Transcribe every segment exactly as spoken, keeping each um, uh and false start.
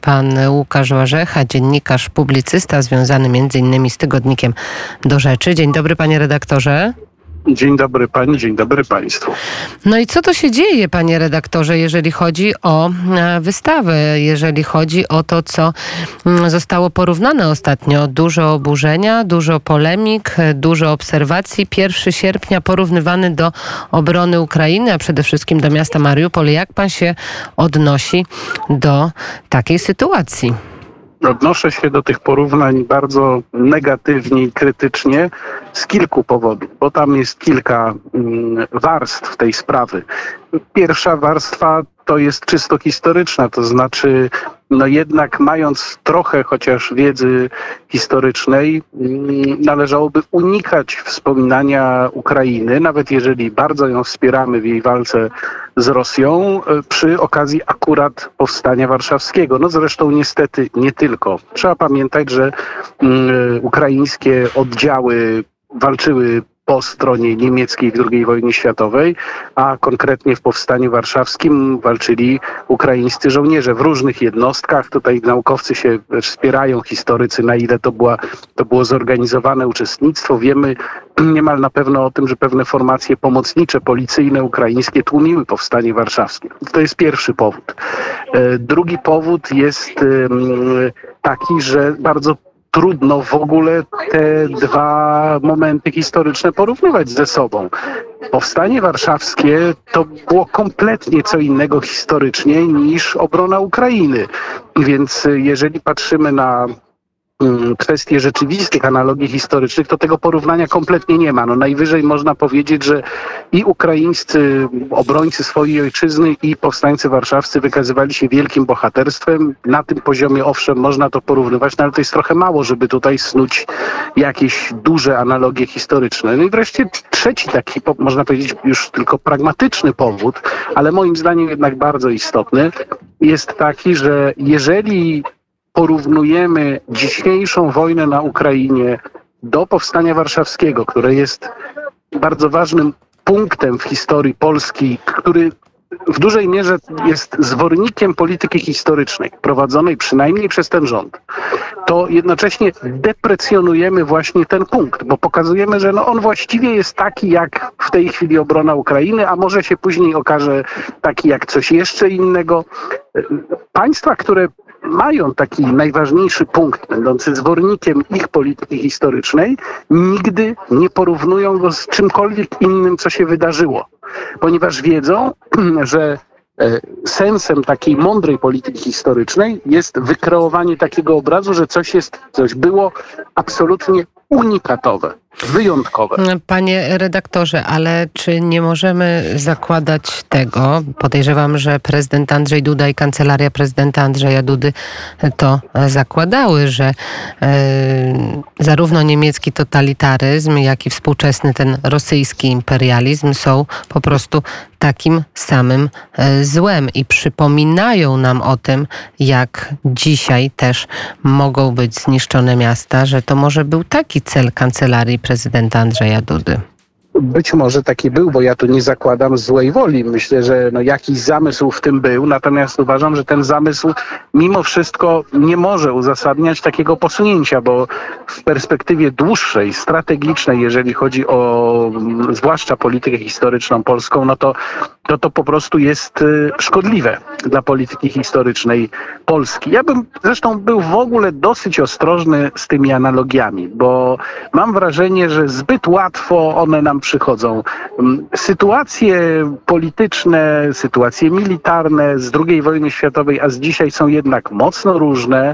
Pan Łukasz Warzecha, dziennikarz, publicysta związany między innymi z tygodnikiem Do Rzeczy. Dzień dobry, panie redaktorze. Dzień dobry pani, dzień dobry państwu. No i co to się dzieje, panie redaktorze, jeżeli chodzi o wystawę, jeżeli chodzi o to, co zostało porównane ostatnio? Dużo oburzenia, dużo polemik, dużo obserwacji. pierwszego sierpnia porównywany do obrony Ukrainy, a przede wszystkim do miasta Mariupol. Jak pan się odnosi do takiej sytuacji? Odnoszę się do tych porównań bardzo negatywnie i krytycznie z kilku powodów, bo tam jest kilka mm, warstw tej sprawy. Pierwsza warstwa to jest czysto historyczna, to znaczy no jednak mając trochę chociaż wiedzy historycznej, należałoby unikać wspominania Ukrainy, nawet jeżeli bardzo ją wspieramy w jej walce z Rosją, przy okazji akurat powstania warszawskiego. No zresztą niestety nie tylko. Trzeba pamiętać, że um, ukraińskie oddziały walczyły po stronie niemieckiej w drugiej wojnie światowej, a konkretnie w powstaniu warszawskim walczyli ukraińscy żołnierze w różnych jednostkach. Tutaj naukowcy się wspierają, historycy, na ile to, była, to było zorganizowane uczestnictwo. Wiemy niemal na pewno o tym, że pewne formacje pomocnicze, policyjne, ukraińskie tłumiły powstanie warszawskie. To jest pierwszy powód. Drugi powód jest taki, że bardzo trudno w ogóle te dwa momenty historyczne porównywać ze sobą. Powstanie warszawskie to było kompletnie co innego historycznie niż obrona Ukrainy. Więc jeżeli patrzymy na kwestie rzeczywistych analogii historycznych, to tego porównania kompletnie nie ma. No najwyżej można powiedzieć, że i ukraińscy obrońcy swojej ojczyzny, i powstańcy warszawscy wykazywali się wielkim bohaterstwem. Na tym poziomie owszem można to porównywać, no ale to jest trochę mało, żeby tutaj snuć jakieś duże analogie historyczne. No i wreszcie trzeci taki, można powiedzieć już tylko pragmatyczny powód, ale moim zdaniem jednak bardzo istotny, jest taki, że jeżeli porównujemy dzisiejszą wojnę na Ukrainie do powstania warszawskiego, które jest bardzo ważnym punktem w historii Polski, który w dużej mierze jest zwornikiem polityki historycznej prowadzonej przynajmniej przez ten rząd, to jednocześnie deprecjonujemy właśnie ten punkt, bo pokazujemy, że no on właściwie jest taki jak w tej chwili obrona Ukrainy, a może się później okaże taki jak coś jeszcze innego. Państwa, które mają taki najważniejszy punkt, będący zwornikiem ich polityki historycznej, nigdy nie porównują go z czymkolwiek innym, co się wydarzyło. Ponieważ wiedzą, że sensem takiej mądrej polityki historycznej jest wykreowanie takiego obrazu, że coś jest, coś było absolutnie unikatowe, wyjątkowe. Panie redaktorze, ale czy nie możemy zakładać tego, podejrzewam, że prezydent Andrzej Duda i kancelaria prezydenta Andrzeja Dudy to zakładały, że e, zarówno niemiecki totalitaryzm, jak i współczesny ten rosyjski imperializm są po prostu takim samym e, złem i przypominają nam o tym, jak dzisiaj też mogą być zniszczone miasta, że to może był taki cel kancelarii prezydenta Andrzeja Dudy. Być może taki był, bo ja tu nie zakładam złej woli. Myślę, że no jakiś zamysł w tym był, natomiast uważam, że ten zamysł mimo wszystko nie może uzasadniać takiego posunięcia, bo w perspektywie dłuższej, strategicznej, jeżeli chodzi o zwłaszcza politykę historyczną polską, no to to, to po prostu jest szkodliwe dla polityki historycznej Polski. Ja bym zresztą był w ogóle dosyć ostrożny z tymi analogiami, bo mam wrażenie, że zbyt łatwo one nam przychodzą. Sytuacje polityczne, sytuacje militarne z drugiej wojny światowej, a z dzisiaj są jednak mocno różne.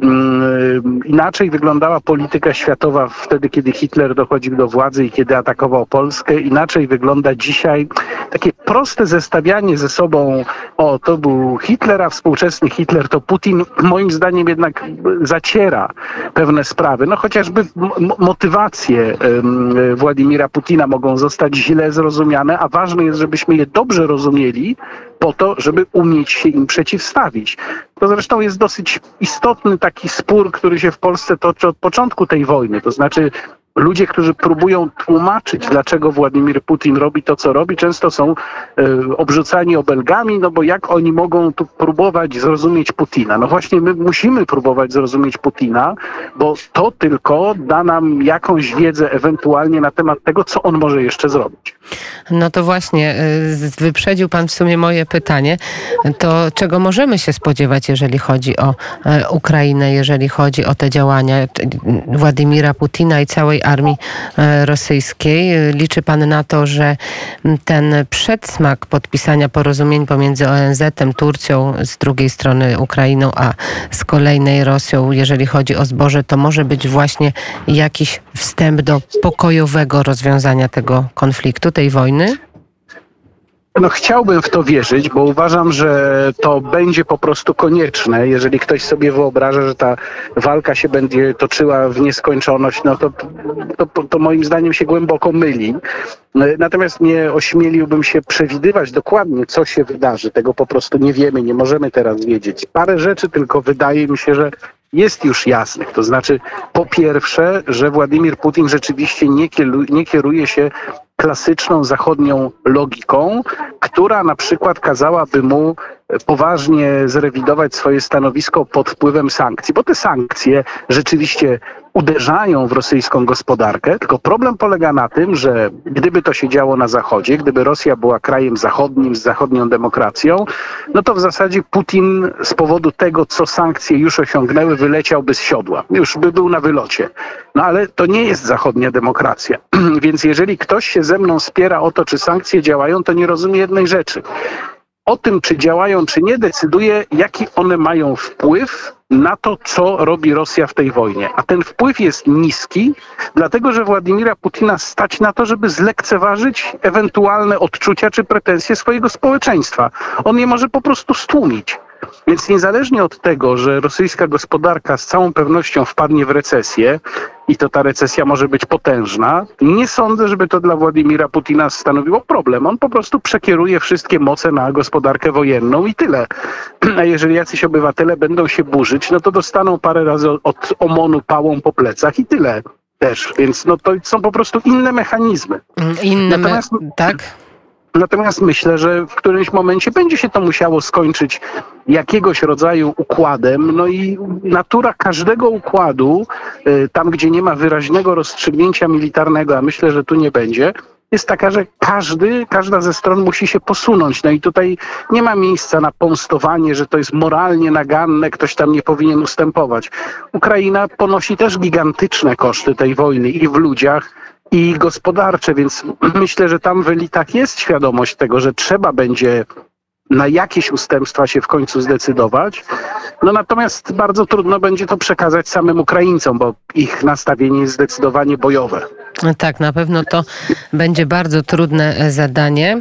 Inaczej wyglądała polityka światowa wtedy, kiedy Hitler dochodził do władzy i kiedy atakował Polskę. Inaczej wygląda dzisiaj takie proste zestawianie ze sobą, o to był Hitler, a współczesny Hitler to Putin, moim zdaniem jednak zaciera pewne sprawy. No chociażby m- motywacje um, Władimira Putina mogą zostać źle zrozumiane, a ważne jest, żebyśmy je dobrze rozumieli po to, żeby umieć się im przeciwstawić. To zresztą jest dosyć istotny taki spór, który się w Polsce toczy od początku tej wojny. To znaczy ludzie, którzy próbują tłumaczyć, dlaczego Władimir Putin robi to, co robi, często są e, obrzucani obelgami, no bo jak oni mogą tu próbować zrozumieć Putina? No właśnie my musimy próbować zrozumieć Putina, bo to tylko da nam jakąś wiedzę ewentualnie na temat tego, co on może jeszcze zrobić. No to właśnie, wyprzedził pan w sumie moje pytanie. To czego możemy się spodziewać, jeżeli chodzi o Ukrainę, jeżeli chodzi o te działania Władimira Putina i całej armii rosyjskiej? Liczy pan na to, że ten przedsmak podpisania porozumień pomiędzy O N Z-em, Turcją, z drugiej strony Ukrainą, a z kolejnej Rosją, jeżeli chodzi o zboże, to może być właśnie jakiś wstęp do pokojowego rozwiązania tego konfliktu, tej wojny? No chciałbym w to wierzyć, bo uważam, że to będzie po prostu konieczne. Jeżeli ktoś sobie wyobraża, że ta walka się będzie toczyła w nieskończoność, no to, to, to moim zdaniem się głęboko myli. Natomiast nie ośmieliłbym się przewidywać dokładnie, co się wydarzy. Tego po prostu nie wiemy, nie możemy teraz wiedzieć. Parę rzeczy tylko wydaje mi się, że jest już jasnych. To znaczy, po pierwsze, że Władimir Putin rzeczywiście nie kieruje, nie kieruje się klasyczną zachodnią logiką, która na przykład kazałaby mu poważnie zrewidować swoje stanowisko pod wpływem sankcji, bo te sankcje rzeczywiście uderzają w rosyjską gospodarkę, tylko problem polega na tym, że gdyby to się działo na Zachodzie, gdyby Rosja była krajem zachodnim, z zachodnią demokracją, no to w zasadzie Putin z powodu tego, co sankcje już osiągnęły, wyleciałby z siodła. Już by był na wylocie. No ale to nie jest zachodnia demokracja. Więc jeżeli ktoś się ze mną spiera o to, czy sankcje działają, to nie rozumie jednej rzeczy. O tym, czy działają, czy nie, decyduje, jaki one mają wpływ na to, co robi Rosja w tej wojnie. A ten wpływ jest niski, dlatego że Władimira Putina stać na to, żeby zlekceważyć ewentualne odczucia czy pretensje swojego społeczeństwa. On je może po prostu stłumić. Więc niezależnie od tego, że rosyjska gospodarka z całą pewnością wpadnie w recesję i to ta recesja może być potężna, nie sądzę, żeby to dla Władimira Putina stanowiło problem. On po prostu przekieruje wszystkie moce na gospodarkę wojenną i tyle. A jeżeli jacyś obywatele będą się burzyć, no to dostaną parę razy od OMON-u pałą po plecach i tyle też. Więc no to są po prostu inne mechanizmy. Inne, Natomiast, tak? Natomiast myślę, że w którymś momencie będzie się to musiało skończyć jakiegoś rodzaju układem. No i natura każdego układu, tam gdzie nie ma wyraźnego rozstrzygnięcia militarnego, a myślę, że tu nie będzie, jest taka, że każdy, każda ze stron musi się posunąć. No i tutaj nie ma miejsca na pomstowanie, że to jest moralnie naganne, ktoś tam nie powinien ustępować. Ukraina ponosi też gigantyczne koszty tej wojny i w ludziach, i gospodarcze, więc myślę, że tam w elitach jest świadomość tego, że trzeba będzie na jakieś ustępstwa się w końcu zdecydować. No natomiast bardzo trudno będzie to przekazać samym Ukraińcom, bo ich nastawienie jest zdecydowanie bojowe. Tak, na pewno to będzie bardzo trudne zadanie,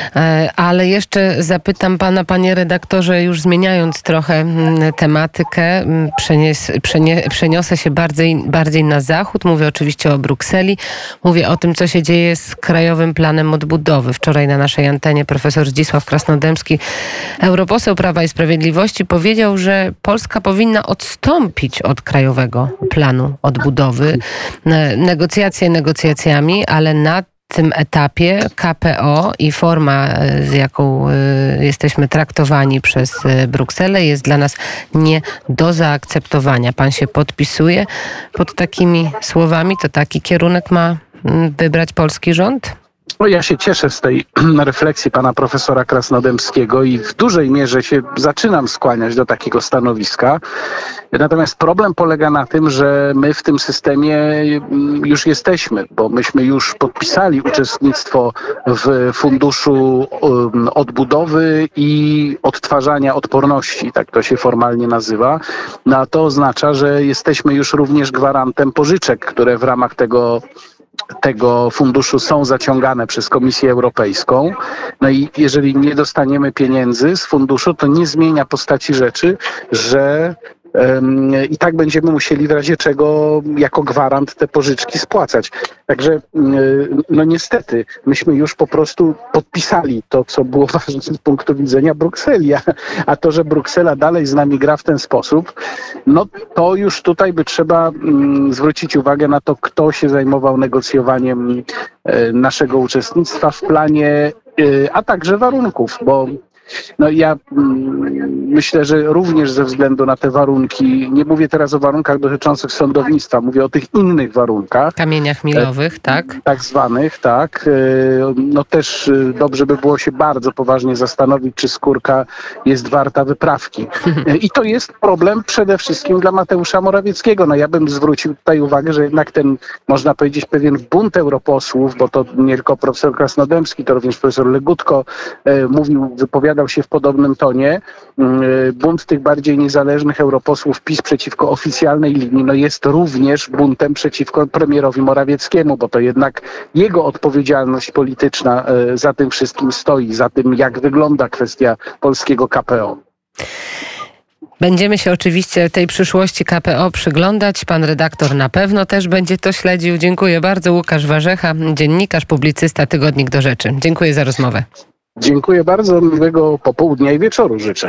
ale jeszcze zapytam pana, panie redaktorze, już zmieniając trochę tematykę, przenies, przenie, przeniosę się bardziej, bardziej na zachód. Mówię oczywiście o Brukseli, mówię o tym, co się dzieje z Krajowym Planem Odbudowy. Wczoraj na naszej antenie profesor Zdzisław Krasnodębski, europoseł Prawa i Sprawiedliwości, powiedział, że Polska powinna odstąpić od Krajowego Planu Odbudowy. Negocjacje negocjacjami, ale na tym etapie K P O i forma, z jaką jesteśmy traktowani przez Brukselę, jest dla nas nie do zaakceptowania. Pan się podpisuje pod takimi słowami? To taki kierunek ma wybrać polski rząd? No ja się cieszę z tej refleksji pana profesora Krasnodębskiego i w dużej mierze się zaczynam skłaniać do takiego stanowiska. Natomiast problem polega na tym, że my w tym systemie już jesteśmy, bo myśmy już podpisali uczestnictwo w Funduszu Odbudowy i Odtwarzania Odporności, tak to się formalnie nazywa. No a to oznacza, że jesteśmy już również gwarantem pożyczek, które w ramach tego tego funduszu są zaciągane przez Komisję Europejską. No i jeżeli nie dostaniemy pieniędzy z funduszu, to nie zmienia postaci rzeczy, że i tak będziemy musieli w razie czego jako gwarant te pożyczki spłacać. Także no niestety myśmy już po prostu podpisali to, co było ważne z punktu widzenia Brukseli, a, a to, że Bruksela dalej z nami gra w ten sposób, no to już tutaj by trzeba mm, zwrócić uwagę na to, kto się zajmował negocjowaniem e, naszego uczestnictwa w planie, e, a także warunków, bo no ja mm, myślę, że również ze względu na te warunki, nie mówię teraz o warunkach dotyczących sądownictwa, mówię o tych innych warunkach. Kamieniach milowych, e, tak? Tak zwanych, tak. E, no też e, dobrze by było się bardzo poważnie zastanowić, czy skórka jest warta wyprawki. E, I to jest problem przede wszystkim dla Mateusza Morawieckiego. No ja bym zwrócił tutaj uwagę, że jednak ten, można powiedzieć, pewien bunt europosłów, bo to nie tylko profesor Krasnodębski, to również profesor Legutko e, mówił, wypowiadał się w podobnym tonie. Bunt tych bardziej niezależnych europosłów PiS przeciwko oficjalnej linii no jest również buntem przeciwko premierowi Morawieckiemu, bo to jednak jego odpowiedzialność polityczna za tym wszystkim stoi, za tym, jak wygląda kwestia polskiego K P O. Będziemy się oczywiście tej przyszłości K P O przyglądać. Pan redaktor na pewno też będzie to śledził. Dziękuję bardzo. Łukasz Warzecha, dziennikarz, publicysta, Tygodnik do Rzeczy. Dziękuję za rozmowę. Dziękuję bardzo, miłego popołudnia i wieczoru życzę.